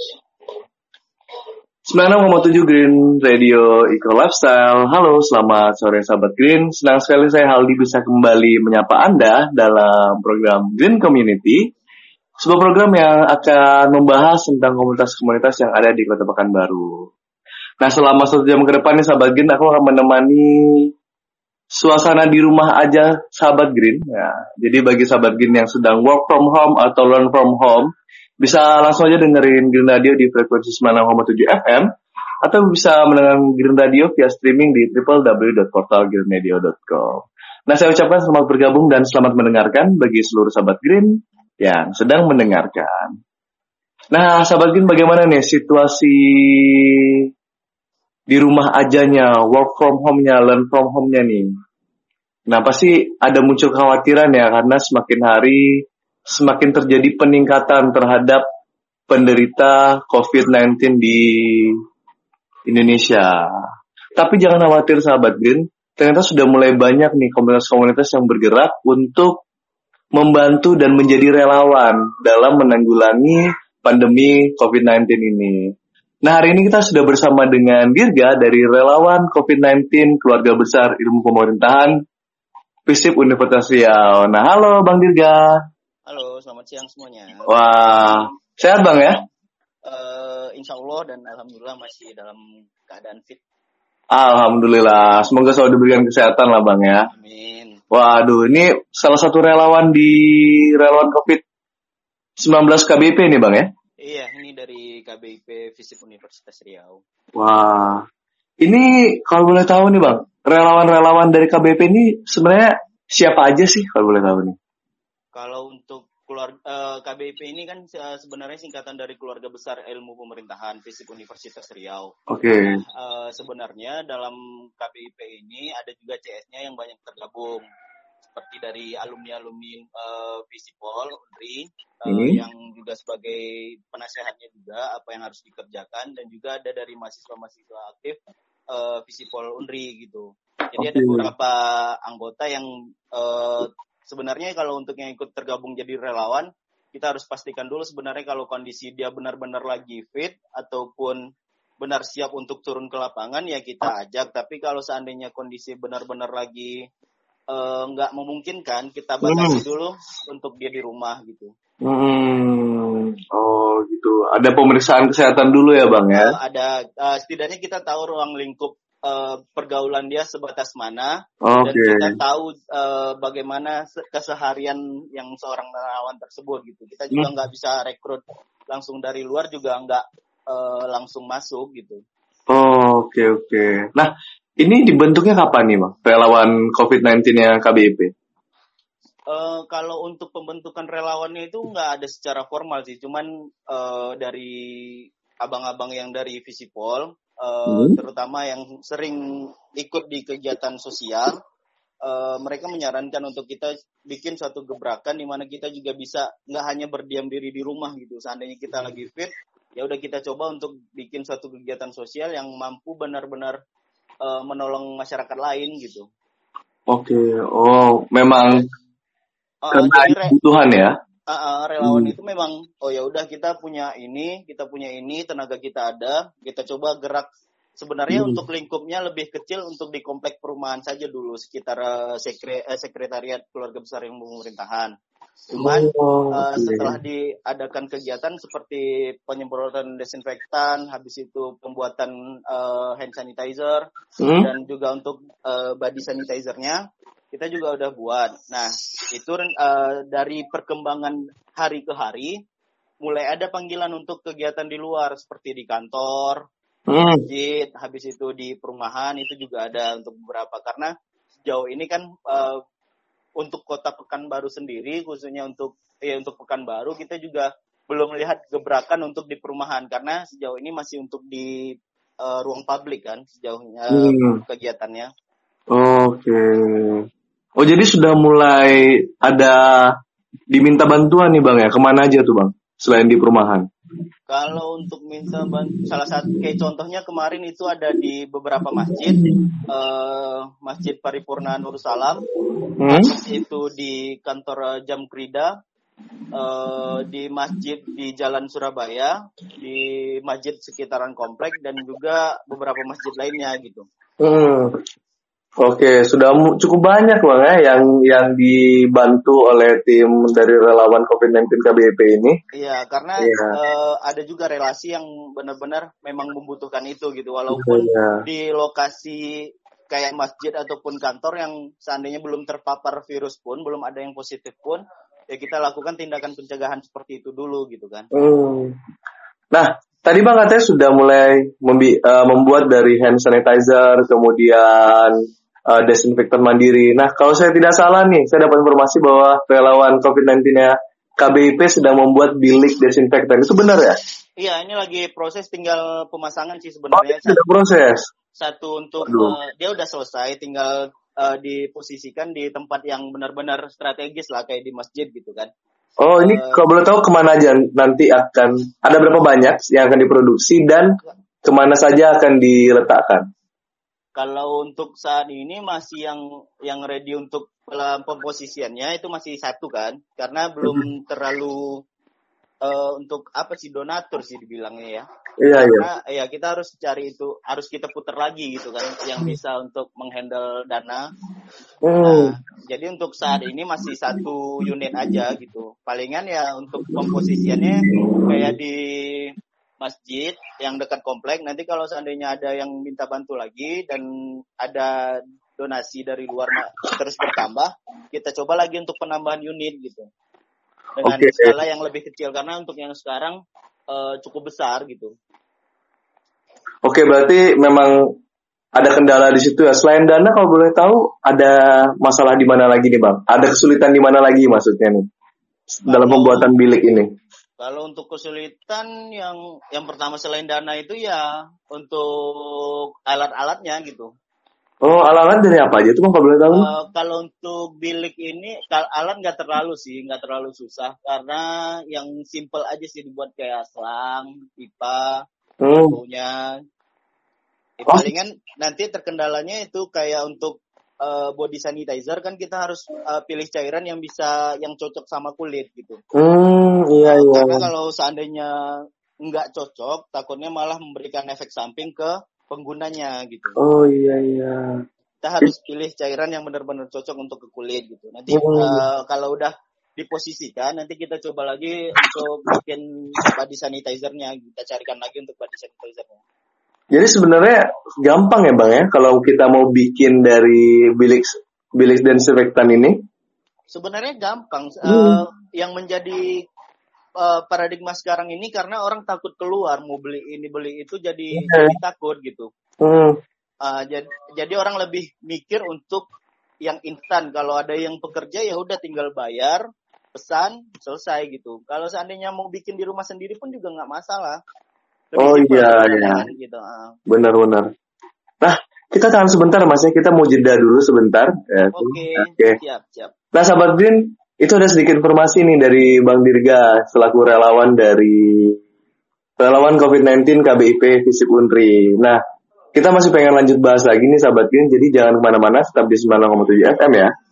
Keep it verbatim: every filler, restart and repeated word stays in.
sembilan puluh enam koma tujuh Green Radio Eco Lifestyle. Halo, selamat sore sahabat Green. Senang sekali saya Haldi bisa kembali menyapa Anda dalam program Green Community. Sebuah program yang akan membahas tentang komunitas-komunitas yang ada di Kota Pekanbaru. Nah, selama satu jam ke depan nih sahabat Green, aku akan menemani suasana di rumah aja sahabat Green. Ya, jadi bagi sahabat Green yang sedang work from home atau learn from home, bisa langsung aja dengerin Green Radio di frekuensi sembilan puluh enam koma tujuh F M atau bisa mendengarkan Green Radio via streaming di w w w dot portal green radio dot com. Nah, saya ucapkan selamat bergabung dan selamat mendengarkan bagi seluruh sahabat Green yang sedang mendengarkan. Nah, sahabat Green, bagaimana nih situasi di rumah ajanya, work from home-nya, learn from home-nya nih? Nah, pasti ada muncul kekhawatiran ya, karena semakin hari semakin terjadi peningkatan terhadap penderita covid sembilan belas di Indonesia. Tapi jangan khawatir sahabat Green, ternyata sudah mulai banyak nih komunitas-komunitas yang bergerak untuk membantu dan menjadi relawan dalam menanggulangi pandemi covid sembilan belas ini. Nah, hari ini kita sudah bersama dengan Dirga dari Relawan covid sembilan belas Keluarga Besar Ilmu Pemerintahan FISIP Universitas Riau. Nah, halo Bang Dirga. Halo, selamat siang semuanya. Wah, sehat Bang ya? Uh, insya Allah dan Alhamdulillah masih dalam keadaan fit. Alhamdulillah, semoga selalu diberikan kesehatan lah Bang ya. Amin. Waduh, ini salah satu relawan di relawan covid sembilan belas K B I P nih Bang ya? Iya, ini dari K B I P FISIP Universitas Riau. Wah, ini kalau boleh tahu nih Bang, relawan-relawan dari K B I P ini sebenarnya siapa aja sih kalau boleh tahu nih? Kalau untuk keluarga uh, K B I P ini kan uh, sebenarnya singkatan dari Keluarga Besar Ilmu Pemerintahan FISIP Universitas Riau. Oke. Okay. Uh, sebenarnya dalam K B I P ini ada juga C S-nya yang banyak tergabung, seperti dari alumni-alumni uh, FISIPOL U N R I uh, hmm. yang juga sebagai penasehatnya juga apa yang harus dikerjakan, dan juga ada dari mahasiswa-mahasiswa aktif uh, FISIPOL U N R I gitu. Jadi okay. Ada beberapa anggota yang uh, sebenarnya kalau untuk yang ikut tergabung jadi relawan, kita harus pastikan dulu sebenarnya kalau kondisi dia benar-benar lagi fit ataupun benar siap untuk turun ke lapangan, ya kita ajak. Tapi kalau seandainya kondisi benar-benar lagi uh, nggak memungkinkan, kita batasi hmm. dulu untuk dia di rumah gitu. Hmm. Oh gitu. Ada pemeriksaan kesehatan dulu ya Bang ya? Uh, ada. Uh, setidaknya kita tahu ruang lingkup Uh, pergaulan dia sebatas mana, okay. dan kita tahu uh, bagaimana keseharian yang seorang relawan tersebut gitu. Kita juga nggak hmm. bisa rekrut langsung dari luar, juga nggak uh, langsung masuk gitu. Oh, oke okay, oke. Okay. Nah, ini dibentuknya kapan nih Bang? Relawan covid sembilan belas-nya K B I P? Uh, kalau untuk pembentukan relawannya itu nggak ada secara formal sih, cuman uh, dari abang-abang yang dari FISIPOL, Uh, hmm. terutama yang sering ikut di kegiatan sosial, uh, mereka menyarankan untuk kita bikin suatu gebrakan di mana kita juga bisa nggak hanya berdiam diri di rumah gitu. Seandainya kita lagi fit, ya udah kita coba untuk bikin suatu kegiatan sosial yang mampu benar-benar uh, menolong masyarakat lain gitu. Oke, okay. Oh memang uh, karena kebutuhan ya. Uh, uh, relawan hmm. itu memang, oh ya udah kita punya ini, kita punya ini, tenaga kita ada, kita coba gerak. Sebenarnya hmm. untuk lingkupnya lebih kecil, untuk di komplek perumahan saja dulu, sekitar uh, sekre, uh, sekretariat Keluarga Besar Ilmu Pemerintahan. Cuman oh, uh, okay. setelah diadakan kegiatan seperti penyemprotan desinfektan, habis itu pembuatan uh, hand sanitizer, hmm. dan juga untuk uh, body sanitizer-nya, kita juga udah buat. Nah, itu uh, dari perkembangan hari ke hari, mulai ada panggilan untuk kegiatan di luar, seperti di kantor, hmm. masjid, habis itu di perumahan, itu juga ada untuk beberapa. Karena sejauh ini kan uh, untuk Kota Pekanbaru sendiri, khususnya untuk ya untuk Pekanbaru, kita juga belum melihat gebrakan untuk di perumahan. Karena sejauh ini masih untuk di uh, ruang publik kan, sejauhnya hmm. kegiatannya. Oke. Okay. Oh jadi sudah mulai ada diminta bantuan nih Bang ya, kemana aja tuh Bang, selain di perumahan? Kalau untuk minta bantuan, salah satu kayak contohnya kemarin itu ada di beberapa masjid, uh, Masjid Paripurna Nursalam, hmm? itu di kantor Jamkrida, uh, di masjid di Jalan Surabaya, di masjid sekitaran komplek dan juga beberapa masjid lainnya gitu. Hmm. Oke, sudah cukup banyak Bang ya yang yang dibantu oleh tim dari relawan covid sembilan belas K B I P ini. Iya, karena Iya. Uh, ada juga relasi yang benar-benar memang membutuhkan itu gitu, walaupun Iya. di lokasi kayak masjid ataupun kantor yang seandainya belum terpapar virus pun, belum ada yang positif pun, ya kita lakukan tindakan pencegahan seperti itu dulu gitu kan. Hmm. Nah, tadi Bang katanya sudah mulai membi- uh, membuat dari hand sanitizer, kemudian uh, desinfektan mandiri. Nah, kalau saya tidak salah nih, saya dapat informasi bahwa relawan covid sembilan belas-nya K B I P sedang membuat bilik desinfektan. Itu benar ya? Iya, ini lagi proses, tinggal pemasangan sih sebenarnya. Oh, sudah proses. Satu untuk uh, dia udah selesai, tinggal uh, diposisikan di tempat yang benar-benar strategis lah, kayak di masjid gitu kan. Oh, ini uh, kalau boleh tahu kemana aja nanti akan, ada berapa banyak yang akan diproduksi dan kemana saja akan diletakkan? Kalau untuk saat ini masih yang yang ready untuk pemposisiannya itu masih satu kan, karena belum terlalu uh, untuk apa sih, donatur sih dibilangnya ya. Iya, Karena iya. ya kita harus cari itu, harus kita putar lagi gitu kan, yang bisa untuk menghandle dana. Hmm. Nah, jadi untuk saat ini masih satu unit aja gitu. Palingan ya untuk komposisiannya kayak di masjid yang dekat komplek. Nanti kalau seandainya ada yang minta bantu lagi dan ada donasi dari luar terus bertambah, kita coba lagi untuk penambahan unit gitu. Dengan okay. skala yang lebih kecil, karena untuk yang sekarang uh, cukup besar gitu. Oke, berarti memang ada kendala di situ ya. Selain dana, kalau boleh tahu ada masalah di mana lagi nih Bang? Ada kesulitan di mana lagi maksudnya nih dalam kalau, pembuatan bilik ini? Kalau untuk kesulitan yang yang pertama selain dana itu ya untuk alat-alatnya gitu. Oh, alat-alat dari apa aja tuh Bang, kalau boleh tahu? Uh, kalau untuk bilik ini, alat nggak terlalu sih, nggak terlalu susah. Karena yang simple aja sih, dibuat kayak selang, pipa, baunya. Hmm. Ya, palingan nanti terkendalanya itu kayak untuk uh, body sanitizer kan kita harus uh, pilih cairan yang bisa, yang cocok sama kulit gitu. Hmm, iya, iya. Karena kalau seandainya nggak cocok, takutnya malah memberikan efek samping ke penggunanya gitu. Oh iya iya. Kita harus pilih cairan yang benar-benar cocok untuk ke kulit gitu. Nanti hmm. uh, kalau udah diposisikan, nanti kita coba lagi untuk bikin body sanitizer-nya. Kita carikan lagi untuk body sanitizer-nya. Jadi sebenarnya gampang ya Bang ya, kalau kita mau bikin dari bilik bilik desinfektan ini? Sebenarnya gampang. Hmm. Uh, yang menjadi Uh, paradigma sekarang ini karena orang takut keluar, mau beli ini beli itu, jadi, okay. jadi takut gitu. Hmm. Uh, jadi, jadi orang lebih mikir untuk yang instan. Kalau ada yang pekerja ya udah tinggal bayar, pesan, selesai gitu. Kalau seandainya mau bikin di rumah sendiri pun juga nggak masalah. Lebih oh iya iya. Gitu. Uh. Benar-benar. Nah, kita tahan sebentar Mas ya, kita mau jeda dulu sebentar. Oke, okay. okay. Siap siap. Nah, Sahabat Green, itu ada sedikit informasi nih dari Bang Dirga selaku relawan dari relawan covid sembilan belas K B I P FISIP Unri. Nah, kita masih pengen lanjut bahas lagi nih Sahabat Green, jadi jangan kemana-mana, tetap di sembilan puluh koma tujuh F M ya.